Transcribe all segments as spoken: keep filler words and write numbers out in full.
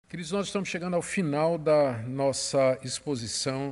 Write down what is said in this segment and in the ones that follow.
Queridos, nós estamos chegando ao final da nossa exposição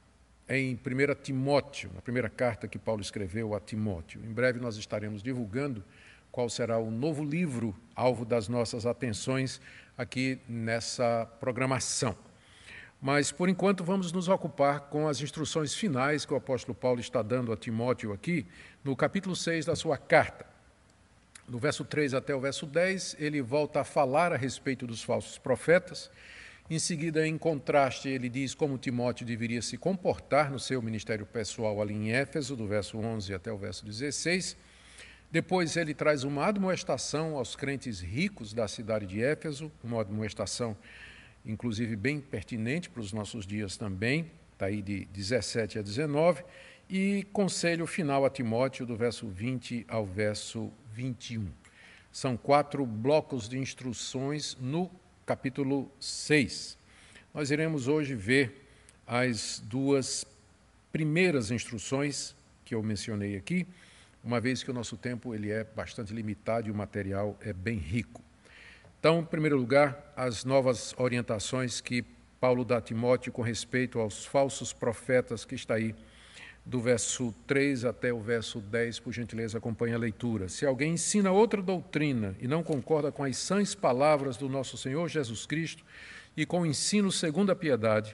em primeira Timóteo, na primeira carta que Paulo escreveu a Timóteo. Em breve nós estaremos divulgando qual será o novo livro, alvo das nossas atenções aqui nessa programação. Mas, por enquanto, vamos nos ocupar com as instruções finais que o apóstolo Paulo está dando a Timóteo aqui, no capítulo seis da sua carta. Do verso três até o verso dez, ele volta a falar a respeito dos falsos profetas. Em seguida, em contraste, ele diz como Timóteo deveria se comportar no seu ministério pessoal ali em Éfeso, do verso onze até o verso dezesseis. Depois, ele traz uma admoestação aos crentes ricos da cidade de Éfeso, uma admoestação, inclusive, bem pertinente para os nossos dias também, está aí de dezessete a dezenove, e conselho final a Timóteo, do verso vinte ao verso vinte e um. São quatro blocos de instruções no capítulo seis. Nós iremos hoje ver as duas primeiras instruções que eu mencionei aqui, uma vez que o nosso tempo ele é bastante limitado e o material é bem rico. Então, em primeiro lugar, as novas orientações que Paulo dá a Timóteo com respeito aos falsos profetas, que está aí do verso três até o verso dez, por gentileza, acompanhe a leitura. Se alguém ensina outra doutrina e não concorda com as sãs palavras do nosso Senhor Jesus Cristo e com o ensino segundo a piedade,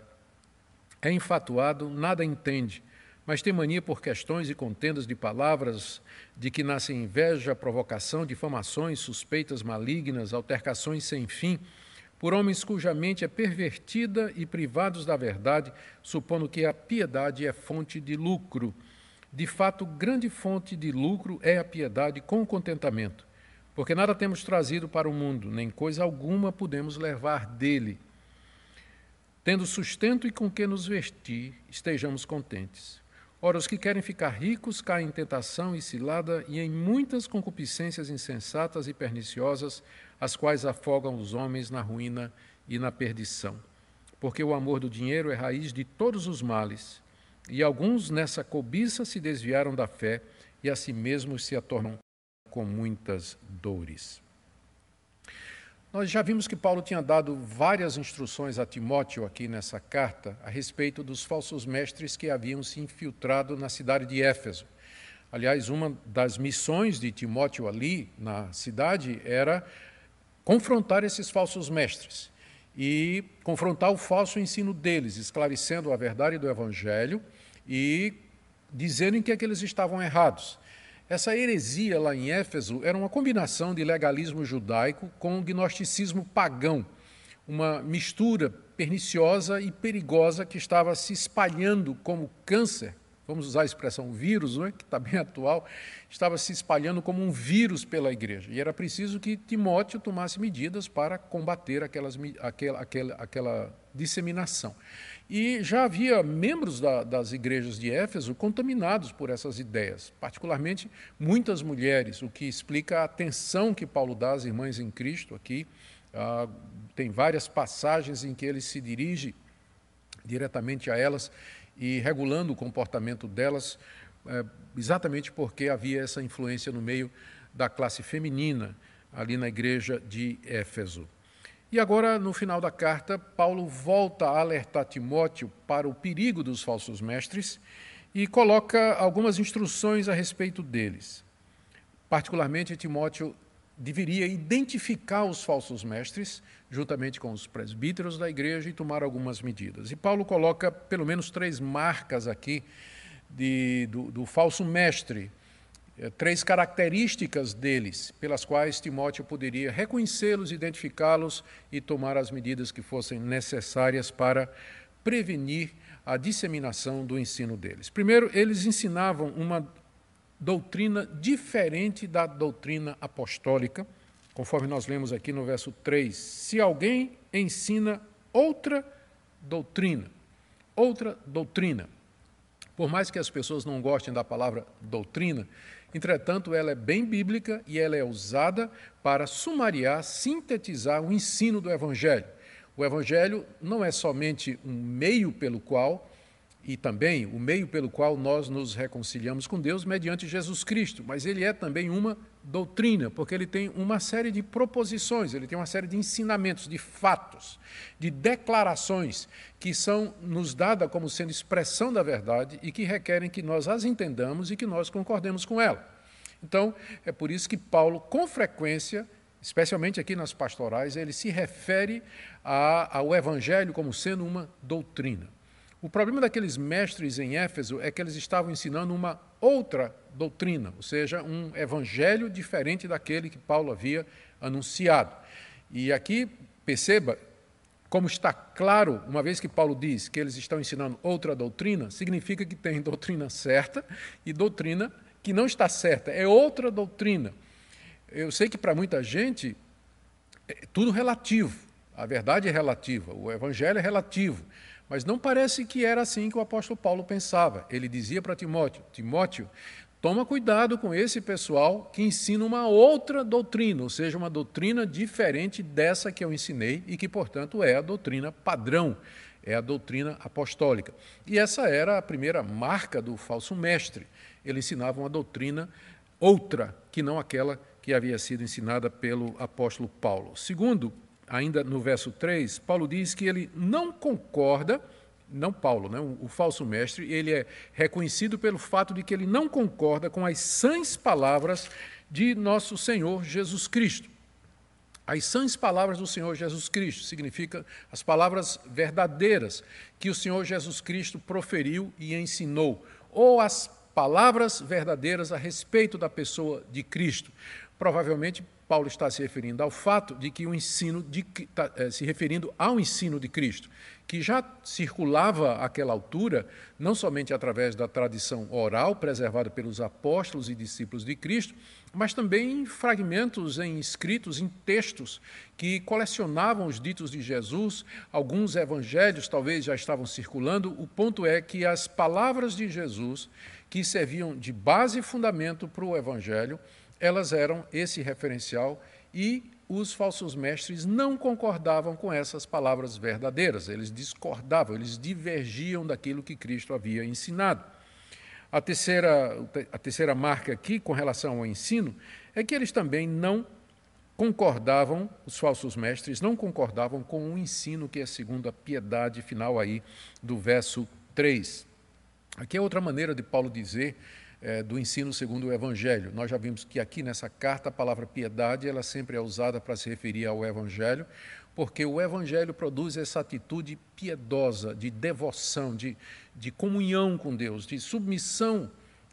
é enfatuado, nada entende, mas tem mania por questões e contendas de palavras, de que nascem inveja, provocação, difamações, suspeitas malignas, altercações sem fim, por homens cuja mente é pervertida e privados da verdade, supondo que a piedade é fonte de lucro. De fato, grande fonte de lucro é a piedade com contentamento, porque nada temos trazido para o mundo, nem coisa alguma podemos levar dele. Tendo sustento e com que nos vestir, estejamos contentes. Ora, os que querem ficar ricos caem em tentação e cilada e em muitas concupiscências insensatas e perniciosas, as quais afogam os homens na ruína e na perdição. Porque o amor do dinheiro é raiz de todos os males, e alguns nessa cobiça se desviaram da fé e a si mesmos se atornam com muitas dores. Nós já vimos que Paulo tinha dado várias instruções a Timóteo aqui nessa carta a respeito dos falsos mestres que haviam se infiltrado na cidade de Éfeso. Aliás, uma das missões de Timóteo ali na cidade era confrontar esses falsos mestres e confrontar o falso ensino deles, esclarecendo a verdade do Evangelho e dizendo em que é que eles estavam errados. Essa heresia lá em Éfeso era uma combinação de legalismo judaico com gnosticismo pagão, uma mistura perniciosa e perigosa que estava se espalhando como câncer, vamos usar a expressão vírus, não é? Que está bem atual, estava se espalhando como um vírus pela igreja. E era preciso que Timóteo tomasse medidas para combater aquelas, aquela, aquela, aquela disseminação. E já havia membros da, das igrejas de Éfeso contaminados por essas ideias, particularmente muitas mulheres, o que explica a atenção que Paulo dá às irmãs em Cristo aqui. Ah, tem várias passagens em que ele se dirige diretamente a elas e regulando o comportamento delas, é, exatamente porque havia essa influência no meio da classe feminina ali na igreja de Éfeso. E agora, no final da carta, Paulo volta a alertar Timóteo para o perigo dos falsos mestres e coloca algumas instruções a respeito deles. Particularmente, Timóteo deveria identificar os falsos mestres, juntamente com os presbíteros da igreja, e tomar algumas medidas. E Paulo coloca pelo menos três marcas aqui de, do, do falso mestre, três características deles, pelas quais Timóteo poderia reconhecê-los, identificá-los e tomar as medidas que fossem necessárias para prevenir a disseminação do ensino deles. Primeiro, eles ensinavam uma doutrina diferente da doutrina apostólica, conforme nós lemos aqui no verso três. Se alguém ensina outra doutrina, outra doutrina, por mais que as pessoas não gostem da palavra doutrina, entretanto, ela é bem bíblica e ela é usada para sumariar, sintetizar o ensino do Evangelho. O Evangelho não é somente um meio pelo qual e também o meio pelo qual nós nos reconciliamos com Deus mediante Jesus Cristo, mas ele é também uma doutrina, porque ele tem uma série de proposições, ele tem uma série de ensinamentos, de fatos, de declarações que são nos dadas como sendo expressão da verdade e que requerem que nós as entendamos e que nós concordemos com ela. Então, é por isso que Paulo, com frequência, especialmente aqui nas pastorais, ele se refere a, ao Evangelho como sendo uma doutrina. O problema daqueles mestres em Éfeso é que eles estavam ensinando uma outra doutrina, ou seja, um evangelho diferente daquele que Paulo havia anunciado. E aqui, perceba, como está claro, uma vez que Paulo diz que eles estão ensinando outra doutrina, significa que tem doutrina certa e doutrina que não está certa, é outra doutrina. Eu sei que para muita gente é tudo relativo, a verdade é relativa, o evangelho é relativo, mas não parece que era assim que o apóstolo Paulo pensava. Ele dizia para Timóteo, Timóteo, toma cuidado com esse pessoal que ensina uma outra doutrina, ou seja, uma doutrina diferente dessa que eu ensinei e que, portanto, é a doutrina padrão, é a doutrina apostólica. E essa era a primeira marca do falso mestre. Ele ensinava uma doutrina outra que não aquela que havia sido ensinada pelo apóstolo Paulo. Segundo, ainda no verso três, Paulo diz que ele não concorda, não Paulo, né, o, o falso mestre, ele é reconhecido pelo fato de que ele não concorda com as sãs palavras de nosso Senhor Jesus Cristo. As sãs palavras do Senhor Jesus Cristo significa as palavras verdadeiras que o Senhor Jesus Cristo proferiu e ensinou, ou as palavras verdadeiras a respeito da pessoa de Cristo. Provavelmente, Paulo está se referindo ao fato de que o ensino, de, tá, se referindo ao ensino de Cristo, que já circulava àquela altura, não somente através da tradição oral preservada pelos apóstolos e discípulos de Cristo, mas também em fragmentos, em escritos, em textos que colecionavam os ditos de Jesus. Alguns evangelhos talvez já estavam circulando. O ponto é que as palavras de Jesus, que serviam de base e fundamento para o evangelho, elas eram esse referencial e os falsos mestres não concordavam com essas palavras verdadeiras, eles discordavam, eles divergiam daquilo que Cristo havia ensinado. A terceira, a terceira marca aqui, com relação ao ensino, é que eles também não concordavam, os falsos mestres não concordavam com o ensino que é segundo a piedade final aí do verso três. Aqui é outra maneira de Paulo dizer É, do ensino segundo o Evangelho. Nós já vimos que aqui nessa carta a palavra piedade ela sempre é usada para se referir ao Evangelho, porque o Evangelho produz essa atitude piedosa, de devoção, de, de comunhão com Deus, de submissão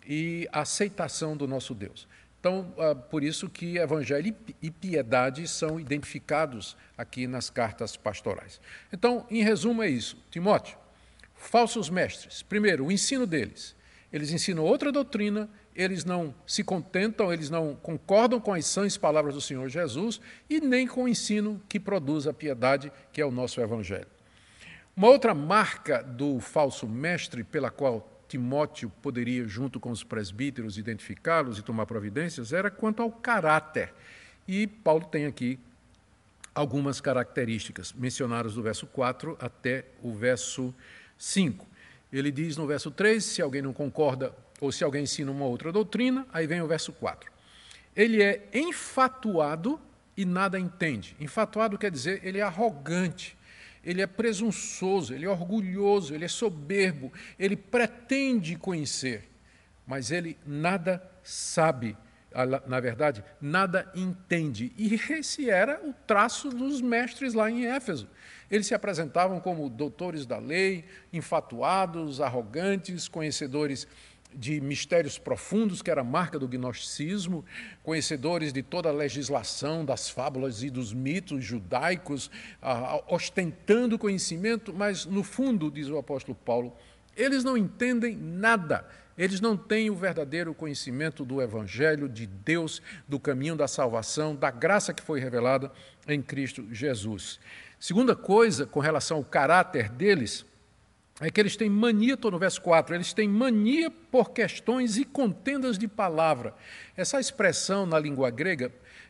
e aceitação do nosso Deus. Então, ah, por isso que Evangelho e piedade são identificados aqui nas cartas pastorais. Então, em resumo é isso. Timóteo, falsos mestres. Primeiro, o ensino deles. Eles ensinam outra doutrina, eles não se contentam, eles não concordam com as sãs palavras do Senhor Jesus e nem com o ensino que produz a piedade, que é o nosso Evangelho. Uma outra marca do falso mestre, pela qual Timóteo poderia, junto com os presbíteros, identificá-los e tomar providências, era quanto ao caráter. E Paulo tem aqui algumas características, mencionadas do verso quatro até o verso cinco. Ele diz no verso três, se alguém não concorda ou se alguém ensina uma outra doutrina, aí vem o verso quatro. Ele é enfatuado e nada entende. Enfatuado quer dizer ele é arrogante, ele é presunçoso, ele é orgulhoso, ele é soberbo, ele pretende conhecer, mas ele nada sabe, na verdade, nada entende. E esse era o traço dos mestres lá em Éfeso. Eles se apresentavam como doutores da lei, enfatuados, arrogantes, conhecedores de mistérios profundos, que era a marca do gnosticismo, conhecedores de toda a legislação, das fábulas e dos mitos judaicos, ah, ostentando conhecimento, mas, no fundo, diz o apóstolo Paulo, eles não entendem nada. Eles não têm o verdadeiro conhecimento do Evangelho, de Deus, do caminho da salvação, da graça que foi revelada em Cristo Jesus. Segunda coisa, com relação ao caráter deles, é que eles têm mania, estou no verso quatro, eles têm mania por questões e contendas de palavra. Essa expressão na língua grega,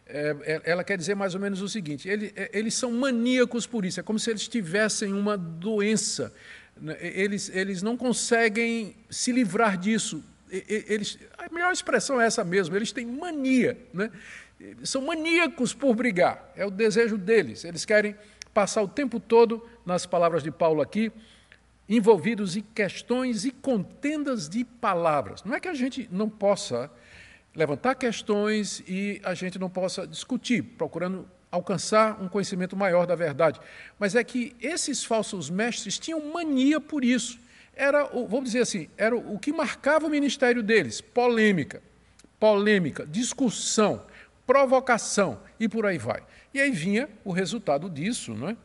é, ela quer dizer mais ou menos o seguinte, ele, eles são maníacos por isso, é como se eles tivessem uma doença, Eles, eles não conseguem se livrar disso. Eles, a melhor expressão é essa mesmo, eles têm mania, né? São maníacos por brigar, é o desejo deles. Eles querem passar o tempo todo, nas palavras de Paulo aqui, envolvidos em questões e contendas de palavras. Não é que a gente não possa levantar questões e a gente não possa discutir, procurando alcançar um conhecimento maior da verdade. Mas é que esses falsos mestres tinham mania por isso. Era, vamos dizer assim, era o que marcava o ministério deles: polêmica, polêmica, discussão, provocação e por aí vai. E aí vinha o resultado disso, não é?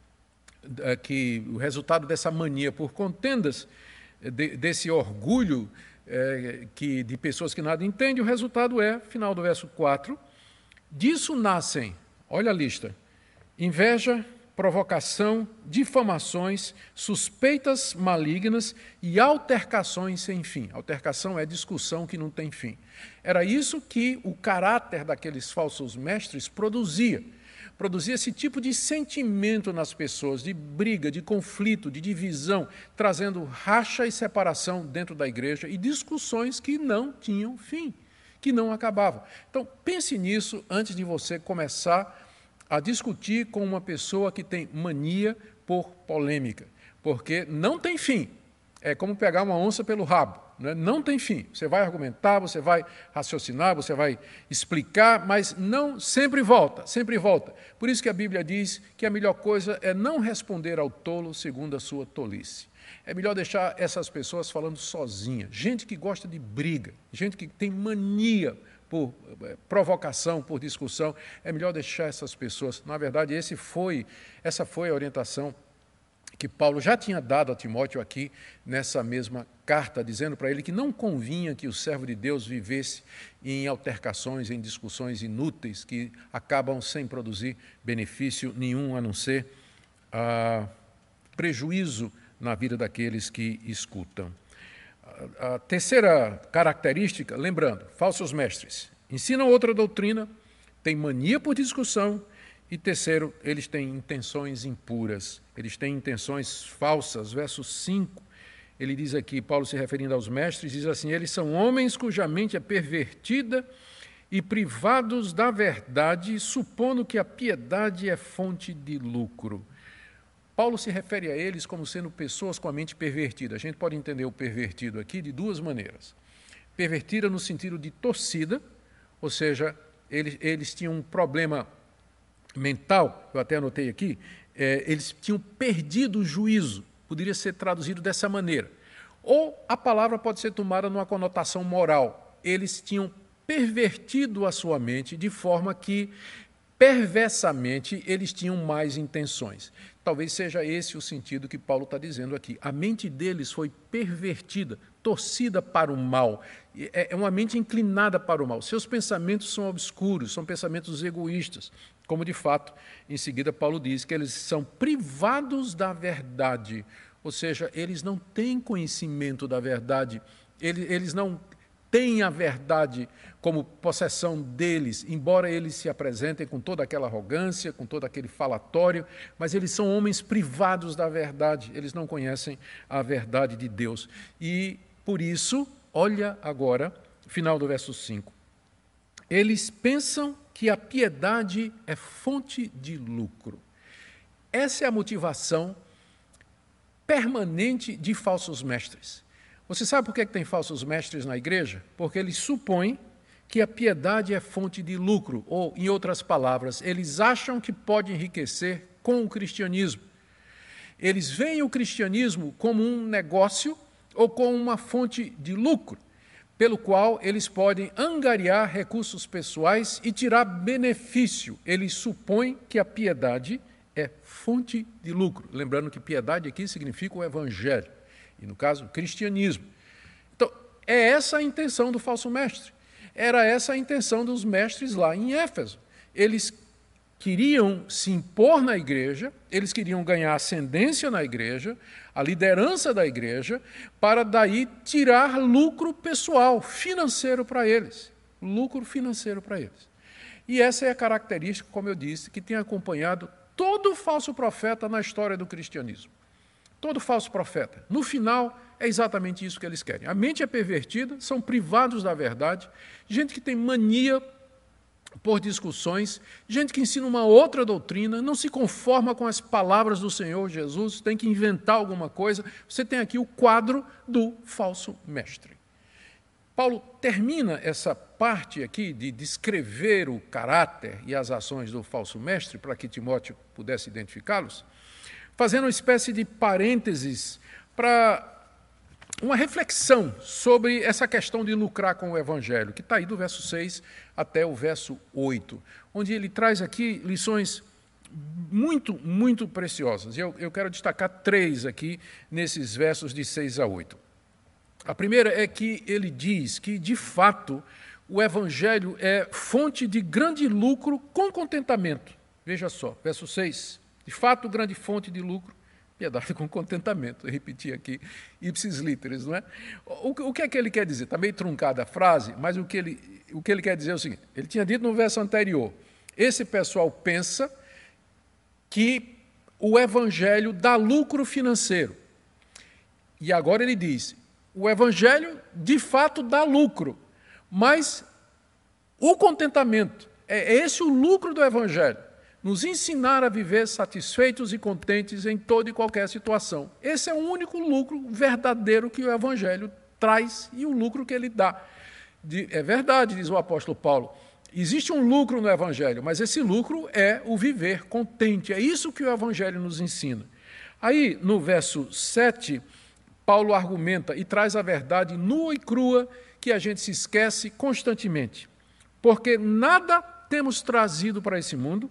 Que o resultado dessa mania por contendas, de, desse orgulho é, que, de pessoas que nada entendem, o resultado é, final do verso quatro, disso nascem, olha a lista: inveja, provocação, difamações, suspeitas malignas e altercações sem fim. Altercação é discussão que não tem fim. Era isso que o caráter daqueles falsos mestres produzia. Produzia esse tipo de sentimento nas pessoas, de briga, de conflito, de divisão, trazendo racha e separação dentro da igreja e discussões que não tinham fim, que não acabavam. Então, pense nisso antes de você começar a discutir com uma pessoa que tem mania por polêmica, porque não tem fim. É como pegar uma onça pelo rabo, né? Não tem fim. Você vai argumentar, você vai raciocinar, você vai explicar, mas não sempre volta, sempre volta. Por isso que a Bíblia diz que a melhor coisa é não responder ao tolo segundo a sua tolice. É melhor deixar essas pessoas falando sozinha. Gente que gosta de briga, gente que tem mania por provocação, por discussão, é melhor deixar essas pessoas. Na verdade, esse foi, essa foi a orientação que Paulo já tinha dado a Timóteo aqui, nessa mesma carta, dizendo para ele que não convinha que o servo de Deus vivesse em altercações, em discussões inúteis, que acabam sem produzir benefício nenhum, a não ser ah, prejuízo na vida daqueles que escutam. A terceira característica, lembrando, falsos mestres ensinam outra doutrina, têm mania por discussão, e terceiro, eles têm intenções impuras, eles têm intenções falsas. Verso cinco, ele diz aqui, Paulo se referindo aos mestres, diz assim: eles são homens cuja mente é pervertida e privados da verdade, supondo que a piedade é fonte de lucro. Paulo se refere a eles como sendo pessoas com a mente pervertida. A gente pode entender o pervertido aqui de duas maneiras. Pervertida no sentido de torcida, ou seja, eles, eles tinham um problema mental, eu até anotei aqui, é, eles tinham perdido o juízo, poderia ser traduzido dessa maneira. Ou a palavra pode ser tomada numa conotação moral. Eles tinham pervertido a sua mente de forma que, perversamente, eles tinham mais intenções. Talvez seja esse o sentido que Paulo está dizendo aqui. A mente deles foi pervertida, torcida para o mal. É uma mente inclinada para o mal. Seus pensamentos são obscuros, são pensamentos egoístas. Como, de fato, em seguida Paulo diz que eles são privados da verdade. Ou seja, eles não têm conhecimento da verdade. Eles, eles não têm a verdade como possessão deles, embora eles se apresentem com toda aquela arrogância, com todo aquele falatório, mas eles são homens privados da verdade, eles não conhecem a verdade de Deus. E, por isso, olha agora, final do verso cinco, eles pensam que a piedade é fonte de lucro. Essa é a motivação permanente de falsos mestres. Você sabe por que tem falsos mestres na igreja? Porque eles supõem que a piedade é fonte de lucro, ou, em outras palavras, eles acham que pode enriquecer com o cristianismo. Eles veem o cristianismo como um negócio ou como uma fonte de lucro, pelo qual eles podem angariar recursos pessoais e tirar benefício. Eles supõem que a piedade é fonte de lucro. Lembrando que piedade aqui significa o evangelho, e no caso, o cristianismo. Então, é essa a intenção do falso mestre. Era essa a intenção dos mestres lá em Éfeso. Eles queriam se impor na igreja, eles queriam ganhar ascendência na igreja, a liderança da igreja, para daí tirar lucro pessoal, financeiro para eles. Lucro financeiro para eles. E essa é a característica, como eu disse, que tem acompanhado todo falso profeta na história do cristianismo. todo falso profeta. No final, é exatamente isso que eles querem. A mente é pervertida, são privados da verdade, gente que tem mania por discussões, gente que ensina uma outra doutrina, não se conforma com as palavras do Senhor Jesus, tem que inventar alguma coisa. Você tem aqui o quadro do falso mestre. Paulo termina essa parte aqui de descrever o caráter e as ações do falso mestre, para que Timóteo pudesse identificá-los, fazendo uma espécie de parênteses para uma reflexão sobre essa questão de lucrar com o Evangelho, que está aí do verso seis até o verso oito, onde ele traz aqui lições muito, muito preciosas. E eu, eu quero destacar três aqui nesses versos de seis a oito. A primeira é que ele diz que, de fato, o Evangelho é fonte de grande lucro com contentamento. Veja só, verso seis. De fato, grande fonte de lucro, piedade com contentamento. Eu repeti aqui, ipsis literis, não é? O, o que é que ele quer dizer? Está meio truncada a frase, mas o que, ele, o que ele quer dizer é o seguinte. Ele tinha dito no verso anterior, esse pessoal pensa que o Evangelho dá lucro financeiro. E agora ele diz, o Evangelho, de fato, dá lucro, mas o contentamento, é esse o lucro do Evangelho, nos ensinar a viver satisfeitos e contentes em toda e qualquer situação. Esse é o único lucro verdadeiro que o Evangelho traz e o lucro que ele dá. É verdade, diz o apóstolo Paulo, existe um lucro no Evangelho, mas esse lucro é o viver contente, é isso que o Evangelho nos ensina. Aí, no verso sete... Paulo argumenta e traz a verdade nua e crua que a gente se esquece constantemente. Porque nada temos trazido para esse mundo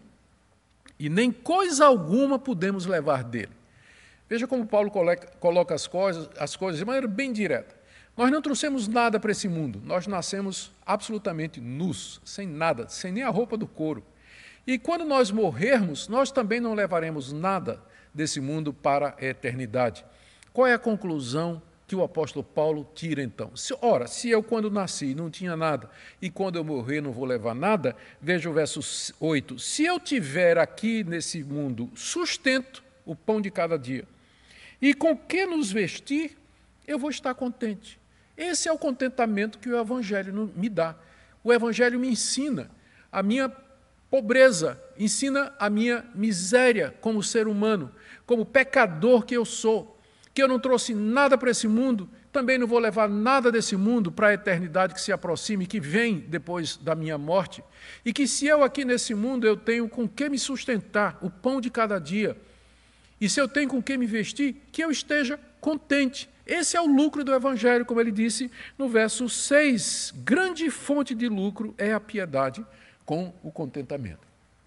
e nem coisa alguma podemos levar dele. Veja como Paulo coloca as coisas, as coisas de maneira bem direta. Nós não trouxemos nada para esse mundo, nós nascemos absolutamente nus, sem nada, sem nem a roupa do couro. E quando nós morrermos, nós também não levaremos nada desse mundo para a eternidade. Qual é a conclusão que o apóstolo Paulo tira, então? Se, ora, se eu, quando nasci, não tinha nada, e quando eu morrer não vou levar nada, veja o verso oito. Se eu tiver aqui nesse mundo sustento, o pão de cada dia, e com que nos vestir, eu vou estar contente. Esse é o contentamento que o Evangelho me dá. O Evangelho me ensina a minha pobreza, ensina a minha miséria como ser humano, como pecador que eu sou, que eu não trouxe nada para esse mundo, também não vou levar nada desse mundo para a eternidade que se aproxime, que vem depois da minha morte, e que se eu aqui nesse mundo eu tenho com que me sustentar, o pão de cada dia, e se eu tenho com que me vestir, que eu esteja contente. Esse é o lucro do Evangelho, como ele disse no verso seis. Grande fonte de lucro é a piedade com o contentamento.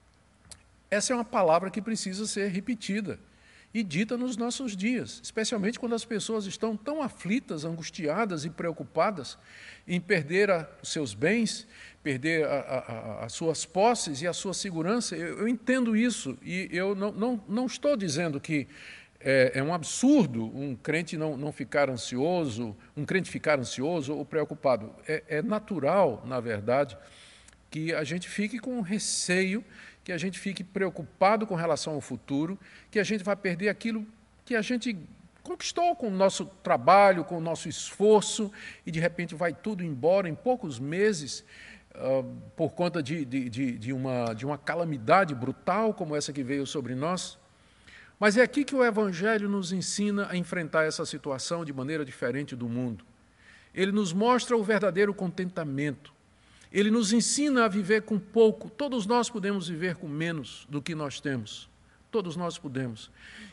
Essa é uma palavra que precisa ser repetida e dita nos nossos dias, especialmente quando as pessoas estão tão aflitas, angustiadas e preocupadas em perder a, os seus bens, perder a, a, as suas posses e a sua segurança. Eu, eu entendo isso e eu não, não, não estou dizendo que é, é um absurdo um crente não, não ficar ansioso, um crente ficar ansioso ou preocupado. É, é natural, na verdade, que a gente fique com receio, que a gente fique preocupado com relação ao futuro, que a gente vai perder aquilo que a gente conquistou com o nosso trabalho, com o nosso esforço, e de repente vai tudo embora em poucos meses, uh, por conta de, de, de, de, uma, de uma calamidade brutal como essa que veio sobre nós. Mas é aqui que o Evangelho nos ensina a enfrentar essa situação de maneira diferente do mundo. Ele nos mostra o verdadeiro contentamento. Ele nos ensina a viver com pouco. Todos nós podemos viver com menos do que nós temos. Todos nós podemos.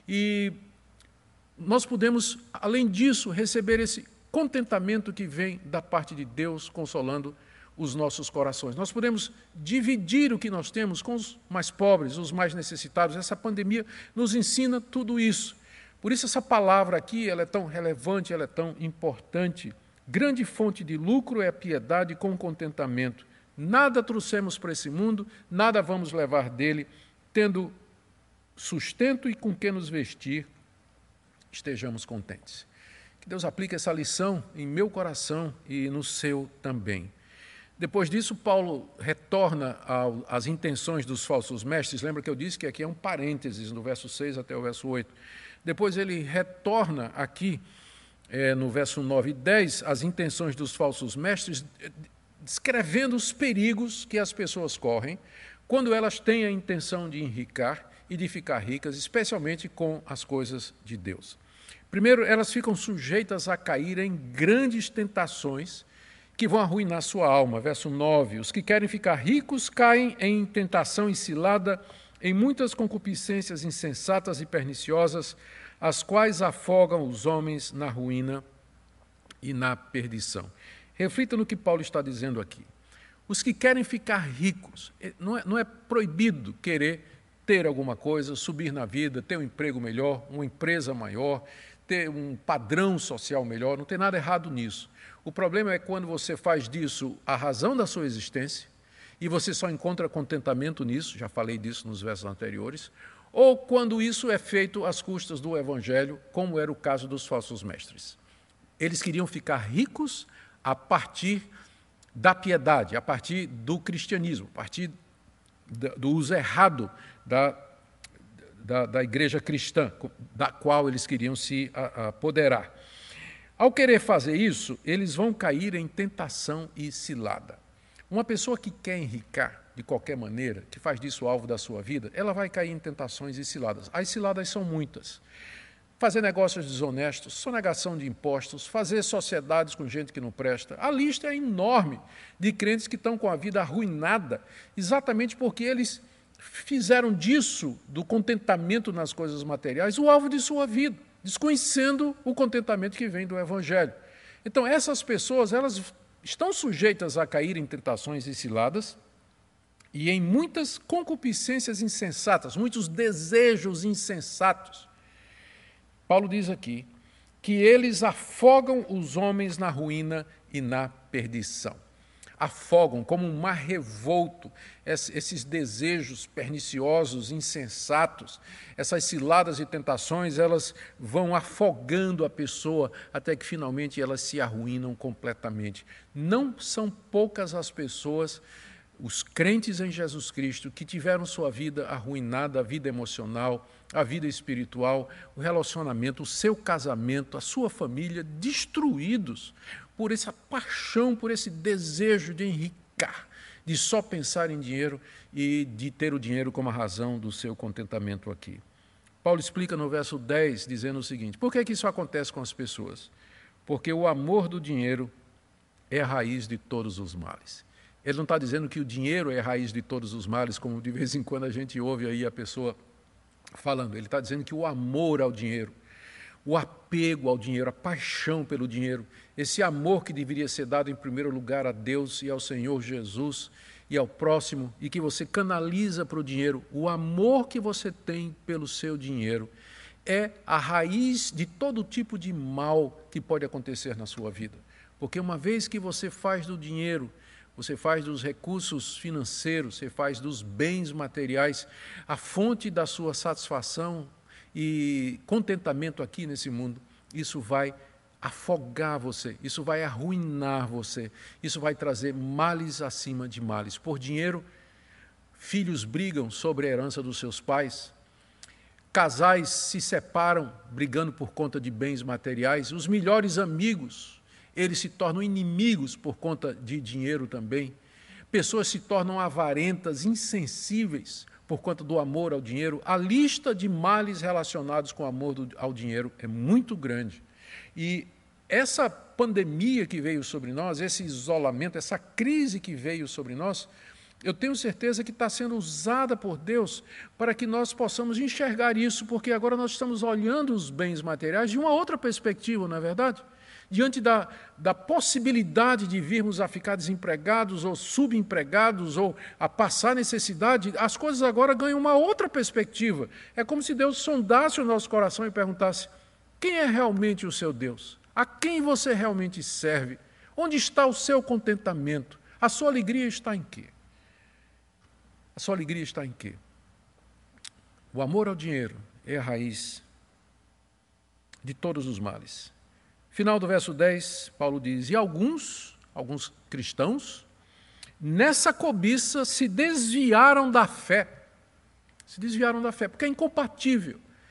E nós podemos, além disso, receber esse contentamento que vem da parte de Deus, consolando os nossos corações. Nós podemos dividir o que nós temos com os mais pobres, os mais necessitados. Essa pandemia nos ensina tudo isso. Por isso essa palavra aqui ela é tão relevante, ela é tão importante. Grande fonte de lucro é a piedade com contentamento. Nada trouxemos para esse mundo, nada vamos levar dele, tendo sustento e com que nos vestir, estejamos contentes. Que Deus aplique essa lição em meu coração e no seu também. Depois disso, Paulo retorna às intenções dos falsos mestres. Lembra que eu disse que aqui é um parênteses, no verso seis até o verso oito. Depois ele retorna aqui, é, no verso nove e dez, as intenções dos falsos mestres, descrevendo os perigos que as pessoas correm quando elas têm a intenção de enricar e de ficar ricas, especialmente com as coisas de Deus. Primeiro, elas ficam sujeitas a cair em grandes tentações que vão arruinar sua alma. Verso nove, os que querem ficar ricos caem em tentação e cilada, em muitas concupiscências insensatas e perniciosas, as quais afogam os homens na ruína e na perdição. Reflita no que Paulo está dizendo aqui. Os que querem ficar ricos, não é, não é proibido querer ter alguma coisa, subir na vida, ter um emprego melhor, uma empresa maior, ter um padrão social melhor, não tem nada errado nisso. O problema é quando você faz disso a razão da sua existência e você só encontra contentamento nisso, já falei disso nos versos anteriores, ou quando isso é feito às custas do Evangelho, como era o caso dos falsos mestres. Eles queriam ficar ricos a partir da piedade, a partir do cristianismo, a partir do uso errado da, da, da igreja cristã, da qual eles queriam se apoderar. Ao querer fazer isso, eles vão cair em tentação e cilada. Uma pessoa que quer enricar de qualquer maneira, que faz disso o alvo da sua vida, ela vai cair em tentações e ciladas. As ciladas são muitas. Fazer negócios desonestos, sonegação de impostos, fazer sociedades com gente que não presta. A lista é enorme de crentes que estão com a vida arruinada, exatamente porque eles fizeram disso, do contentamento nas coisas materiais, o alvo de sua vida, desconhecendo o contentamento que vem do Evangelho. Então, essas pessoas, elas estão sujeitas a cair em tentações e ciladas e em muitas concupiscências insensatas, muitos desejos insensatos. Paulo diz aqui que eles afogam os homens na ruína e na perdição. Afogam como um mar revolto esses desejos perniciosos, insensatos, essas ciladas e tentações, elas vão afogando a pessoa até que finalmente elas se arruinam completamente. Não são poucas as pessoas, os crentes em Jesus Cristo, que tiveram sua vida arruinada, a vida emocional, a vida espiritual, o relacionamento, o seu casamento, a sua família, destruídos por essa paixão, por esse desejo de enricar, de só pensar em dinheiro e de ter o dinheiro como a razão do seu contentamento aqui. Paulo explica no verso dez, dizendo o seguinte: por que que isso acontece com as pessoas? Porque o amor do dinheiro é a raiz de todos os males. Ele não está dizendo que o dinheiro é a raiz de todos os males, como de vez em quando a gente ouve aí a pessoa falando. Ele está dizendo que o amor ao dinheiro, o apego ao dinheiro, a paixão pelo dinheiro, esse amor que deveria ser dado em primeiro lugar a Deus e ao Senhor Jesus e ao próximo, e que você canaliza para o dinheiro, o amor que você tem pelo seu dinheiro é a raiz de todo tipo de mal que pode acontecer na sua vida. Porque uma vez que você faz do dinheiro, você faz dos recursos financeiros, você faz dos bens materiais a fonte da sua satisfação e contentamento aqui nesse mundo, isso vai afogar você, isso vai arruinar você, isso vai trazer males acima de males. Por dinheiro, filhos brigam sobre a herança dos seus pais, casais se separam brigando por conta de bens materiais, os melhores amigos, eles se tornam inimigos por conta de dinheiro também. Pessoas se tornam avarentas, insensíveis por conta do amor ao dinheiro. A lista de males relacionados com o amor ao dinheiro é muito grande. E essa pandemia que veio sobre nós, esse isolamento, essa crise que veio sobre nós, eu tenho certeza que está sendo usada por Deus para que nós possamos enxergar isso, porque agora nós estamos olhando os bens materiais de uma outra perspectiva, não é verdade? Diante da, da possibilidade de virmos a ficar desempregados ou subempregados ou a passar necessidade, as coisas agora ganham uma outra perspectiva. É como se Deus sondasse o nosso coração e perguntasse: quem é realmente o seu Deus? A quem você realmente serve? Onde está o seu contentamento? A sua alegria está em quê? A sua alegria está em quê? O amor ao dinheiro é a raiz de todos os males. Final do verso dez, Paulo diz: e alguns, alguns cristãos, nessa cobiça se desviaram da fé. Se desviaram da fé, porque é incompatível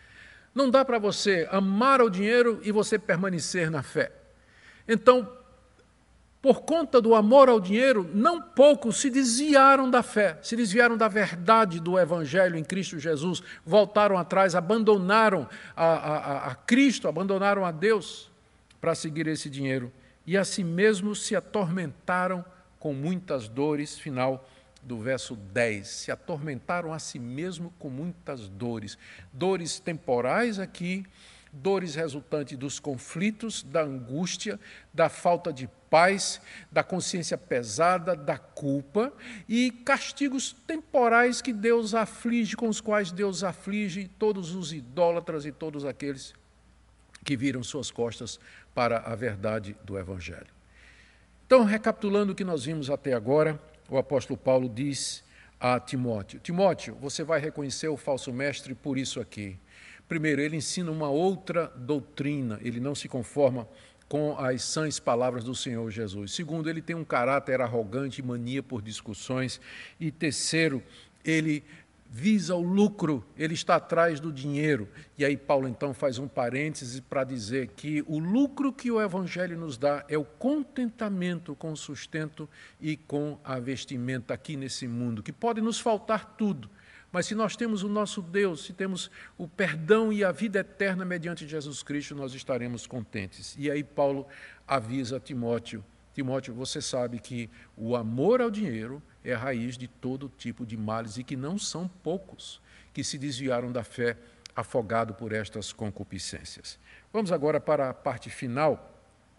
Não dá para você amar o dinheiro e você permanecer na fé. Então, por conta do amor ao dinheiro, não poucos se desviaram da fé, se desviaram da verdade do Evangelho em Cristo Jesus, voltaram atrás, abandonaram a, a, a Cristo, abandonaram a Deus para seguir esse dinheiro e a si mesmos se atormentaram com muitas dores. Final do verso dez, se atormentaram a si mesmo com muitas dores, dores temporais aqui, dores resultantes dos conflitos, da angústia, da falta de paz, da consciência pesada, da culpa e castigos temporais que Deus aflige, com os quais Deus aflige todos os idólatras e todos aqueles que viram suas costas para a verdade do Evangelho. Então, recapitulando o que nós vimos até agora, o apóstolo Paulo diz a Timóteo: Timóteo, você vai reconhecer o falso mestre por isso aqui. Primeiro, ele ensina uma outra doutrina, ele não se conforma com as sãs palavras do Senhor Jesus. Segundo, ele tem um caráter arrogante e mania por discussões. E terceiro, ele visa o lucro, ele está atrás do dinheiro. E aí Paulo então faz um parêntese para dizer que o lucro que o Evangelho nos dá é o contentamento com o sustento e com a vestimenta aqui nesse mundo, que pode nos faltar tudo, mas se nós temos o nosso Deus, se temos o perdão e a vida eterna mediante Jesus Cristo, nós estaremos contentes. E aí Paulo avisa Timóteo: Timóteo, você sabe que o amor ao dinheiro é a raiz de todo tipo de males e que não são poucos que se desviaram da fé afogado por estas concupiscências. Vamos agora para a parte final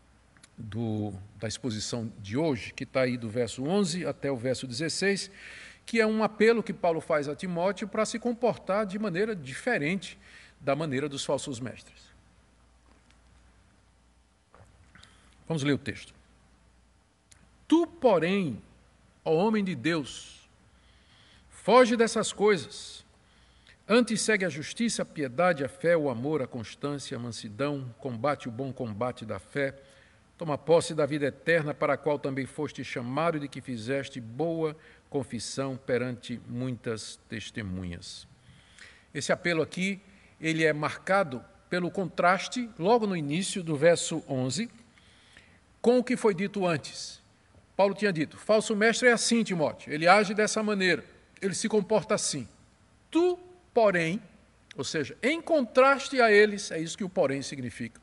do, da exposição de hoje, que está aí do verso onze até o verso dezesseis, que é um apelo que Paulo faz a Timóteo para se comportar de maneira diferente da maneira dos falsos mestres. Vamos ler o texto. Tu, porém, ó homem de Deus, foge dessas coisas. Antes segue a justiça, a piedade, a fé, o amor, a constância, a mansidão, combate o bom combate da fé, toma posse da vida eterna, para a qual também foste chamado e de que fizeste boa confissão perante muitas testemunhas. Esse apelo aqui, ele é marcado pelo contraste, logo no início do verso onze, com o que foi dito antes. Paulo tinha dito: falso mestre é assim, Timóteo, ele age dessa maneira, ele se comporta assim. Tu, porém, ou seja, em contraste a eles, é isso que o porém significa,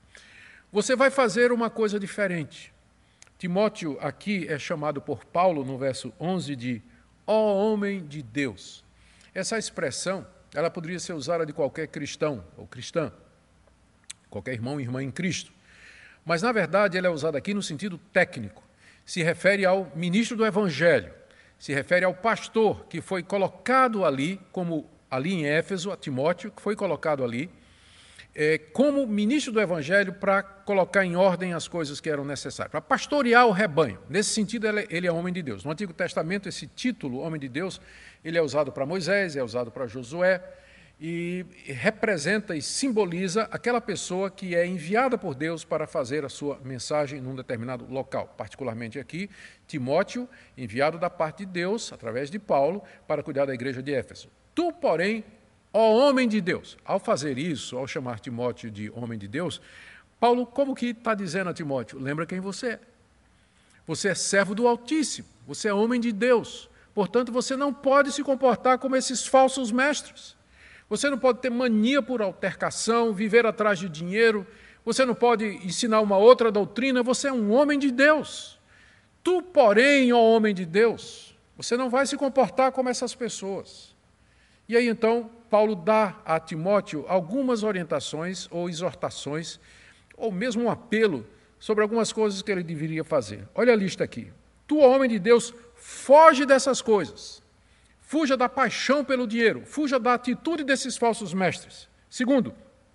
você vai fazer uma coisa diferente. Timóteo aqui é chamado por Paulo, no verso onze, de ó homem de Deus. Essa expressão, ela poderia ser usada de qualquer cristão ou cristã, qualquer irmão e irmã em Cristo. Mas, na verdade, ela é usada aqui no sentido técnico. Se refere ao ministro do Evangelho, se refere ao pastor que foi colocado ali, como ali em Éfeso, a Timóteo, que foi colocado ali, é, como ministro do Evangelho para colocar em ordem as coisas que eram necessárias, para pastorear o rebanho. Nesse sentido, ele, ele é homem de Deus. No Antigo Testamento, esse título, homem de Deus, ele é usado para Moisés, é usado para Josué, e representa e simboliza aquela pessoa que é enviada por Deus para fazer a sua mensagem num determinado local. Particularmente aqui, Timóteo, enviado da parte de Deus, através de Paulo, para cuidar da igreja de Éfeso. Tu, porém, ó homem de Deus. Ao fazer isso, ao chamar Timóteo de homem de Deus, Paulo como que está dizendo a Timóteo? Lembra quem você é. Você é servo do Altíssimo, você é homem de Deus. Portanto, você não pode se comportar como esses falsos mestres. Você não pode ter mania por altercação, viver atrás de dinheiro, você não pode ensinar uma outra doutrina, você é um homem de Deus. Tu, porém, ó homem de Deus, você não vai se comportar como essas pessoas. E aí, então, Paulo dá a Timóteo algumas orientações ou exortações, ou mesmo um apelo sobre algumas coisas que ele deveria fazer. Olha a lista aqui. Tu, ó homem de Deus, foge dessas coisas. Fuja da paixão pelo dinheiro, fuja da atitude desses falsos mestres. Segundo,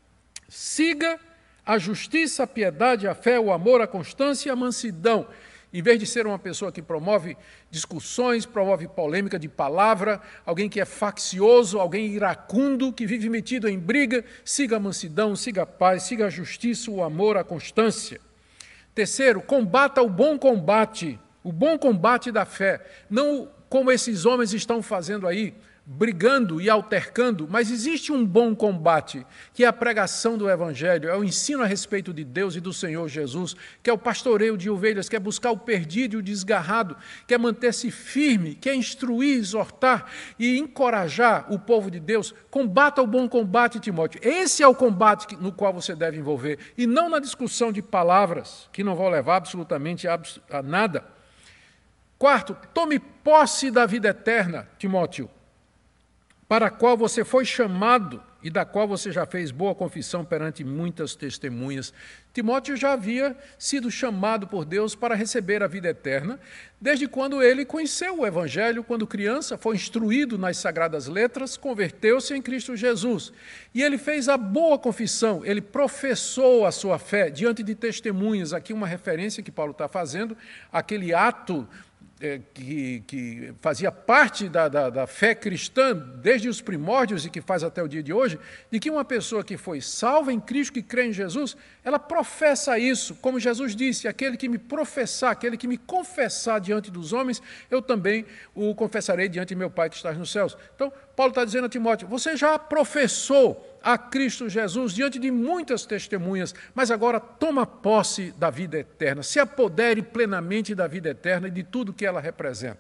siga a justiça, a piedade, a fé, o amor, a constância e a mansidão. Em vez de ser uma pessoa que promove discussões, promove polêmica de palavra, alguém que é faccioso, alguém iracundo, que vive metido em briga, siga a mansidão, siga a paz, siga a justiça, o amor, a constância. Terceiro, combata o bom combate, o bom combate da fé. Não como esses homens estão fazendo aí, brigando e altercando, mas existe um bom combate, que é a pregação do Evangelho, é o ensino a respeito de Deus e do Senhor Jesus, que é o pastoreio de ovelhas, que é buscar o perdido e o desgarrado, que é manter-se firme, que é instruir, exortar e encorajar o povo de Deus. Combata o bom combate, Timóteo. Esse é o combate no qual você deve envolver, e não na discussão de palavras, que não vão levar absolutamente a nada. Quarto, tome posse da vida eterna, Timóteo, para a qual você foi chamado e da qual você já fez boa confissão perante muitas testemunhas. Timóteo já havia sido chamado por Deus para receber a vida eterna, desde quando ele conheceu o Evangelho, quando criança, foi instruído nas Sagradas Letras, converteu-se em Cristo Jesus. E ele fez a boa confissão, ele professou a sua fé diante de testemunhas. Aqui uma referência que Paulo está fazendo, aquele ato Que, que fazia parte da, da, da fé cristã desde os primórdios e que faz até o dia de hoje, de que uma pessoa que foi salva em Cristo, que crê em Jesus, ela professa isso, como Jesus disse, aquele que me professar, aquele que me confessar diante dos homens, eu também o confessarei diante de meu Pai que está nos céus. Então, Paulo está dizendo a Timóteo, você já professou a Cristo Jesus diante de muitas testemunhas, mas agora toma posse da vida eterna, se apodere plenamente da vida eterna e de tudo que ela representa.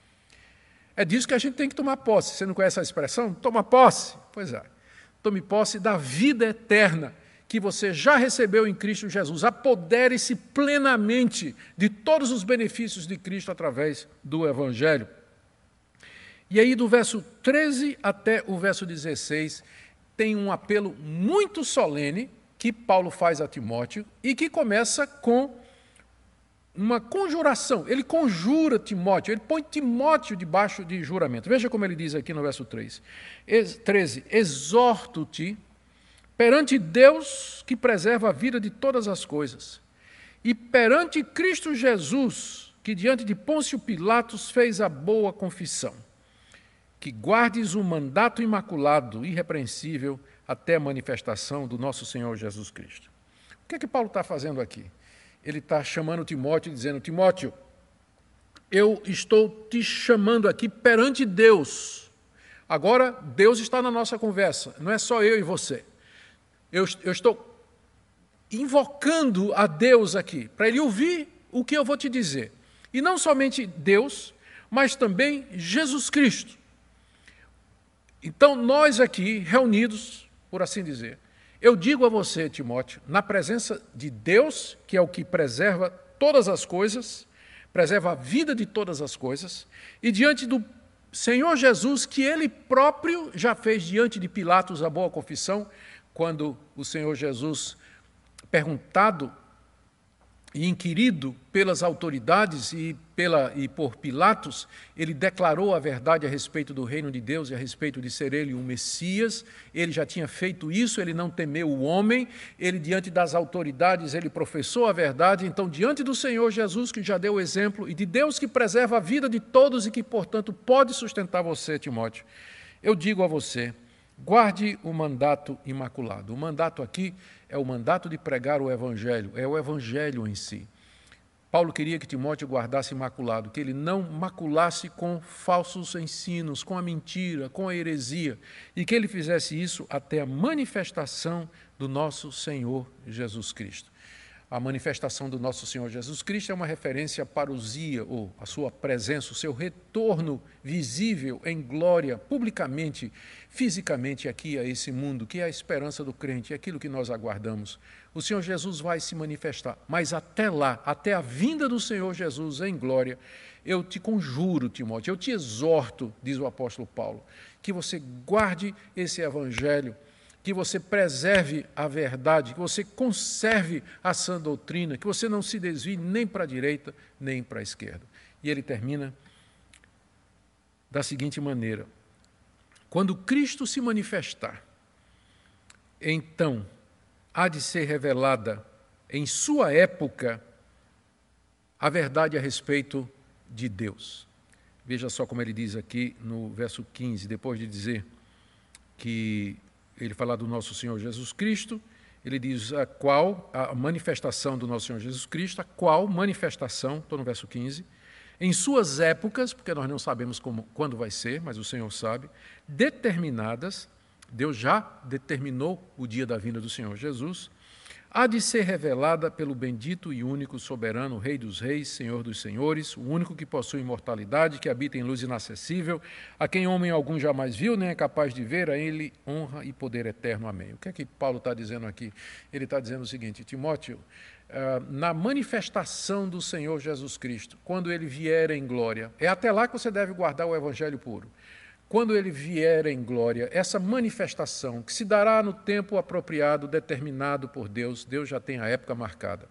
É disso que a gente tem que tomar posse. Você não conhece a expressão? Toma posse. Pois é. Tome posse da vida eterna que você já recebeu em Cristo Jesus. Apodere-se plenamente de todos os benefícios de Cristo através do Evangelho. E aí, do verso treze até o verso dezesseis, tem um apelo muito solene que Paulo faz a Timóteo e que começa com uma conjuração. Ele conjura Timóteo, ele põe Timóteo debaixo de juramento. Veja como ele diz aqui no verso treze. Exorto-te perante Deus que preserva a vida de todas as coisas, e perante Cristo Jesus, que diante de Pôncio Pilatos fez a boa confissão, que guardes o mandato imaculado, irrepreensível, até a manifestação do nosso Senhor Jesus Cristo. O que é que Paulo está fazendo aqui? Ele está chamando Timóteo e dizendo, Timóteo, eu estou te chamando aqui perante Deus. Agora, Deus está na nossa conversa, não é só eu e você. Eu, eu estou invocando a Deus aqui, para ele ouvir o que eu vou te dizer. E não somente Deus, mas também Jesus Cristo. Então, nós aqui, reunidos, por assim dizer, eu digo a você, Timóteo, na presença de Deus, que é o que preserva todas as coisas, preserva a vida de todas as coisas, e diante do Senhor Jesus, que Ele próprio já fez diante de Pilatos a boa confissão, quando o Senhor Jesus, perguntado e inquirido pelas autoridades e, pela, e por Pilatos, ele declarou a verdade a respeito do reino de Deus e a respeito de ser ele o Messias. Ele já tinha feito isso, ele não temeu o homem, ele diante das autoridades, ele professou a verdade. Então, diante do Senhor Jesus, que já deu o exemplo, e de Deus que preserva a vida de todos e que, portanto, pode sustentar você, Timóteo, eu digo a você, guarde o mandato imaculado. O mandato aqui é o mandato de pregar o Evangelho, é o Evangelho em si. Paulo queria que Timóteo guardasse imaculado, que ele não maculasse com falsos ensinos, com a mentira, com a heresia, e que ele fizesse isso até a manifestação do nosso Senhor Jesus Cristo. A manifestação do nosso Senhor Jesus Cristo é uma referência à parousia, ou a sua presença, o seu retorno visível em glória, publicamente, fisicamente aqui a esse mundo, que é a esperança do crente, é aquilo que nós aguardamos. O Senhor Jesus vai se manifestar, mas até lá, até a vinda do Senhor Jesus em glória, eu te conjuro, Timóteo, eu te exorto, diz o apóstolo Paulo, que você guarde esse evangelho, que você preserve a verdade, que você conserve a sã doutrina, que você não se desvie nem para a direita, nem para a esquerda. E ele termina da seguinte maneira: quando Cristo se manifestar, então há de ser revelada em sua época a verdade a respeito de Deus. Veja só como ele diz aqui no verso quinze, depois de dizer que ele fala do nosso Senhor Jesus Cristo, ele diz a qual, a manifestação do nosso Senhor Jesus Cristo, a qual manifestação, estou no verso quinze, em suas épocas, porque nós não sabemos como, quando vai ser, mas o Senhor sabe, determinadas, Deus já determinou o dia da vinda do Senhor Jesus, há de ser revelada pelo bendito e único soberano, Rei dos reis, Senhor dos senhores, o único que possui imortalidade, que habita em luz inacessível, a quem homem algum jamais viu, nem é capaz de ver, a ele honra e poder eterno. Amém. O que é que Paulo está dizendo aqui? Ele está dizendo o seguinte: Timóteo, na manifestação do Senhor Jesus Cristo, quando ele vier em glória, é até lá que você deve guardar o evangelho puro. Quando ele vier em glória, essa manifestação que se dará no tempo apropriado, determinado por Deus, Deus já tem a época marcada.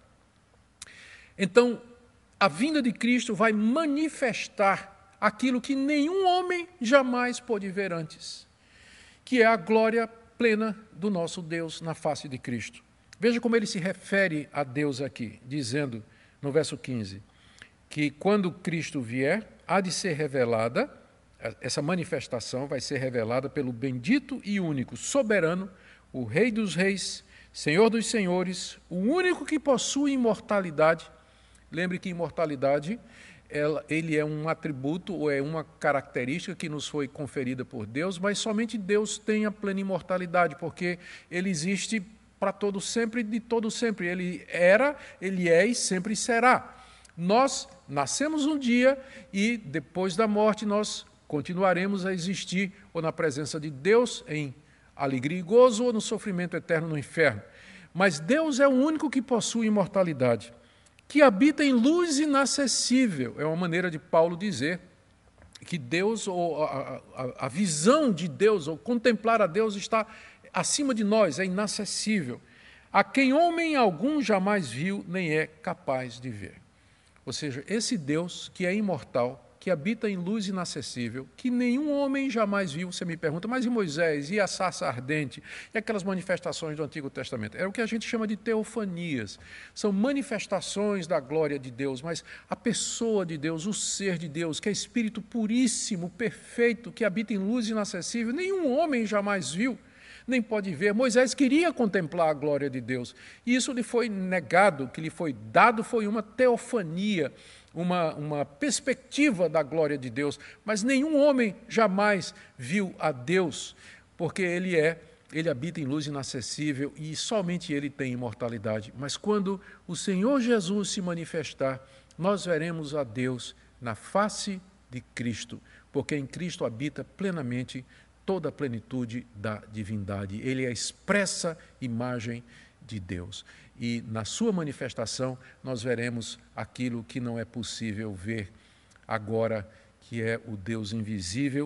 Então, a vinda de Cristo vai manifestar aquilo que nenhum homem jamais pôde ver antes, que é a glória plena do nosso Deus na face de Cristo. Veja como ele se refere a Deus aqui, dizendo no verso quinze, que quando Cristo vier, há de ser revelada, essa manifestação vai ser revelada pelo bendito e único, soberano, o Rei dos reis, Senhor dos senhores, o único que possui imortalidade. Lembre que imortalidade, ela, ele é um atributo ou é uma característica que nos foi conferida por Deus, mas somente Deus tem a plena imortalidade, porque ele existe para todo sempre, de todo sempre. Ele era, ele é e sempre será. Nós nascemos um dia e depois da morte nós continuaremos a existir ou na presença de Deus em alegria e gozo ou no sofrimento eterno no inferno. Mas Deus é o único que possui imortalidade, que habita em luz inacessível. É uma maneira de Paulo dizer que Deus, ou a, a, a visão de Deus, ou contemplar a Deus está acima de nós, é inacessível. A quem homem algum jamais viu, nem é capaz de ver. Ou seja, esse Deus que é imortal, que habita em luz inacessível, que nenhum homem jamais viu. Você me pergunta, mas e Moisés, e a sarça ardente, e aquelas manifestações do Antigo Testamento? É o que a gente chama de teofanias. São manifestações da glória de Deus, mas a pessoa de Deus, o ser de Deus, que é Espírito puríssimo, perfeito, que habita em luz inacessível, nenhum homem jamais viu, nem pode ver. Moisés queria contemplar a glória de Deus, e isso lhe foi negado, o que lhe foi dado foi uma teofania, Uma, uma perspectiva da glória de Deus, mas nenhum homem jamais viu a Deus, porque ele é, ele habita em luz inacessível e somente ele tem imortalidade. Mas quando o Senhor Jesus se manifestar, nós veremos a Deus na face de Cristo, porque em Cristo habita plenamente toda a plenitude da divindade. Ele é a expressa imagem de Deus. E na sua manifestação nós veremos aquilo que não é possível ver agora, que é o Deus invisível,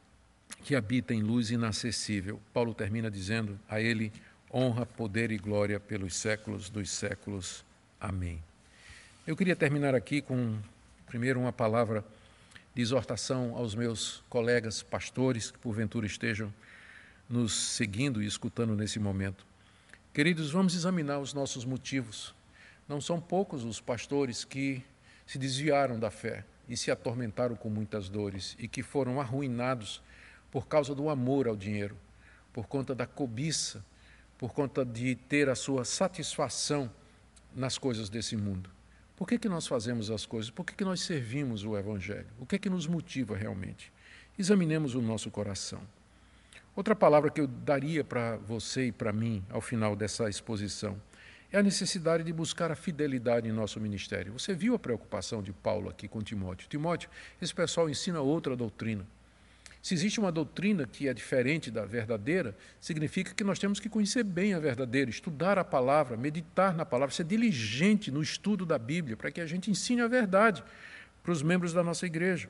que habita em luz inacessível. Paulo termina dizendo: a ele honra, poder e glória pelos séculos dos séculos. Amém. Eu queria terminar aqui com, primeiro, uma palavra de exortação aos meus colegas pastores que porventura estejam nos seguindo e escutando nesse momento. Queridos, vamos examinar os nossos motivos. Não são poucos os pastores que se desviaram da fé e se atormentaram com muitas dores e que foram arruinados por causa do amor ao dinheiro, por conta da cobiça, por conta de ter a sua satisfação nas coisas desse mundo. Por que que nós fazemos as coisas? Por que que nós servimos o Evangelho? O que é que nos motiva realmente? Examinemos o nosso coração. Outra palavra que eu daria para você e para mim ao final dessa exposição é a necessidade de buscar a fidelidade em nosso ministério. Você viu a preocupação de Paulo aqui com Timóteo. Timóteo, esse pessoal ensina outra doutrina. Se existe uma doutrina que é diferente da verdadeira, significa que nós temos que conhecer bem a verdadeira, estudar a palavra, meditar na palavra, ser diligente no estudo da Bíblia, para que a gente ensine a verdade para os membros da nossa igreja.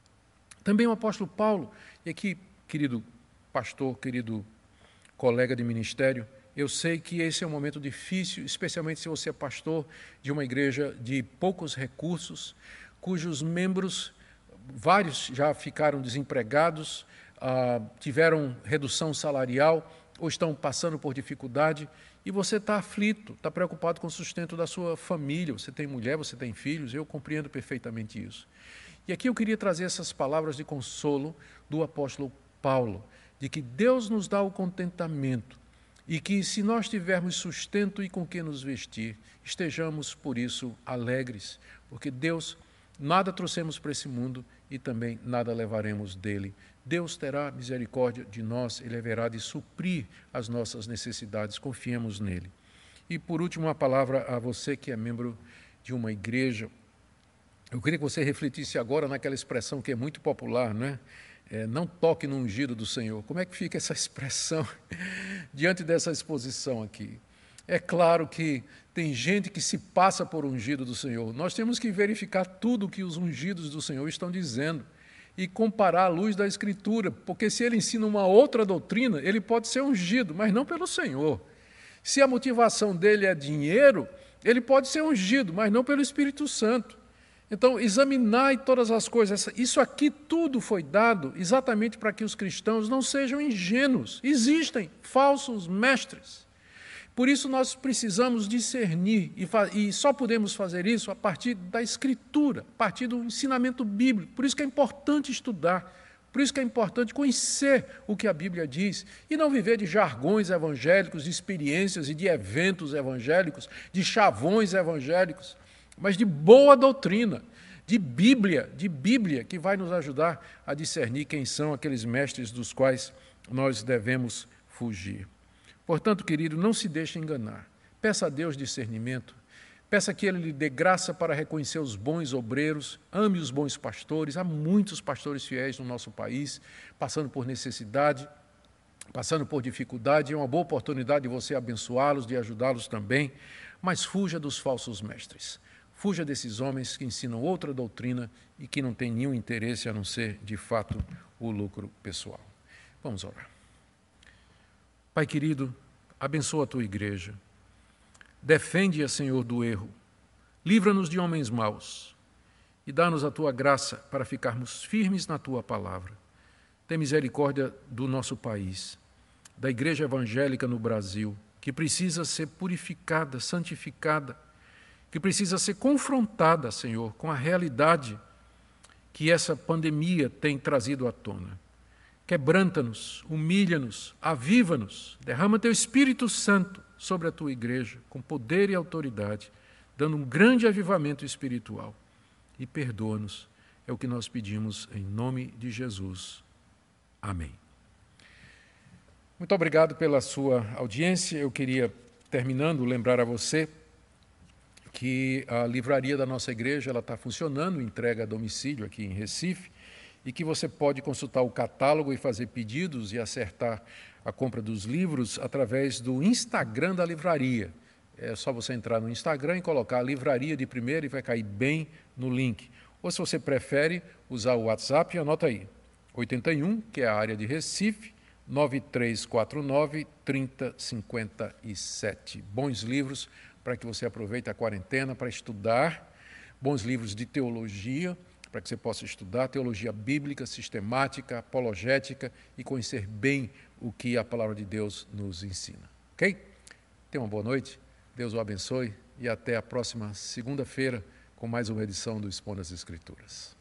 Também o apóstolo Paulo, e aqui, querido pastor, querido colega de ministério, eu sei que esse é um momento difícil, especialmente se você é pastor de uma igreja de poucos recursos, cujos membros, vários já ficaram desempregados, ah, tiveram redução salarial ou estão passando por dificuldade, e você está aflito, está preocupado com o sustento da sua família, você tem mulher, você tem filhos, eu compreendo perfeitamente isso. E aqui eu queria trazer essas palavras de consolo do apóstolo Paulo, de que Deus nos dá o contentamento e que, se nós tivermos sustento e com que nos vestir, estejamos, por isso, alegres, porque Deus Nada trouxemos para esse mundo e também nada levaremos dele. Deus terá misericórdia de nós, Ele haverá de suprir as nossas necessidades, confiemos nele. E por último, uma palavra a você que é membro de uma igreja. Eu queria que você refletisse agora naquela expressão que é muito popular, não é? É, não toque no ungido do Senhor. Como é que fica essa expressão diante dessa exposição aqui? É claro que tem gente que se passa por ungido do Senhor. Nós temos que verificar tudo o que os ungidos do Senhor estão dizendo e comparar à luz da Escritura, porque se ele ensina uma outra doutrina, ele pode ser ungido, mas não pelo Senhor. Se a motivação dele é dinheiro, ele pode ser ungido, mas não pelo Espírito Santo. Então, examinai todas as coisas. Isso aqui tudo foi dado exatamente para que os cristãos não sejam ingênuos. Existem falsos mestres. Por isso, nós precisamos discernir, e, e só podemos fazer isso a partir da Escritura, a partir do ensinamento bíblico. Por isso que é importante estudar, por isso que é importante conhecer o que a Bíblia diz, e não viver de jargões evangélicos, de experiências e de eventos evangélicos, de chavões evangélicos, mas de boa doutrina, de Bíblia, de Bíblia, que vai nos ajudar a discernir quem são aqueles mestres dos quais nós devemos fugir. Portanto, querido, não se deixe enganar. Peça a Deus discernimento, peça que Ele lhe dê graça para reconhecer os bons obreiros, ame os bons pastores. Há muitos pastores fiéis no nosso país, passando por necessidade, passando por dificuldade, é uma boa oportunidade de você abençoá-los, de ajudá-los também, mas fuja dos falsos mestres. Fuja desses homens que ensinam outra doutrina e que não têm nenhum interesse a não ser, de fato, o lucro pessoal. Vamos orar. Pai querido, abençoa a tua igreja. Defende-a, Senhor, do erro. Livra-nos de homens maus e dá-nos a tua graça para ficarmos firmes na tua palavra. Tem misericórdia do nosso país, da igreja evangélica no Brasil, que precisa ser purificada, santificada, que precisa ser confrontada, Senhor, com a realidade que essa pandemia tem trazido à tona. Quebranta-nos, humilha-nos, aviva-nos, derrama teu Espírito Santo sobre a tua igreja, com poder e autoridade, dando um grande avivamento espiritual. E perdoa-nos, é o que nós pedimos em nome de Jesus. Amém. Muito obrigado pela sua audiência. Eu queria, terminando, lembrar a você que a livraria da nossa igreja ela está funcionando, entrega a domicílio aqui em Recife, e que você pode consultar o catálogo e fazer pedidos e acertar a compra dos livros através do Instagram da livraria. É só você entrar no Instagram e colocar a livraria de primeira e vai cair bem no link. Ou se você prefere usar o WhatsApp, anota aí, oitenta e um, que é a área de Recife, nove três quatro nove, trinta cinquenta e sete. Bons livros para que você aproveite a quarentena para estudar, bons livros de teologia, para que você possa estudar teologia bíblica, sistemática, apologética e conhecer bem o que a palavra de Deus nos ensina. Ok? Tenha uma boa noite, Deus o abençoe e até a próxima segunda-feira com mais uma edição do Expondo as Escrituras.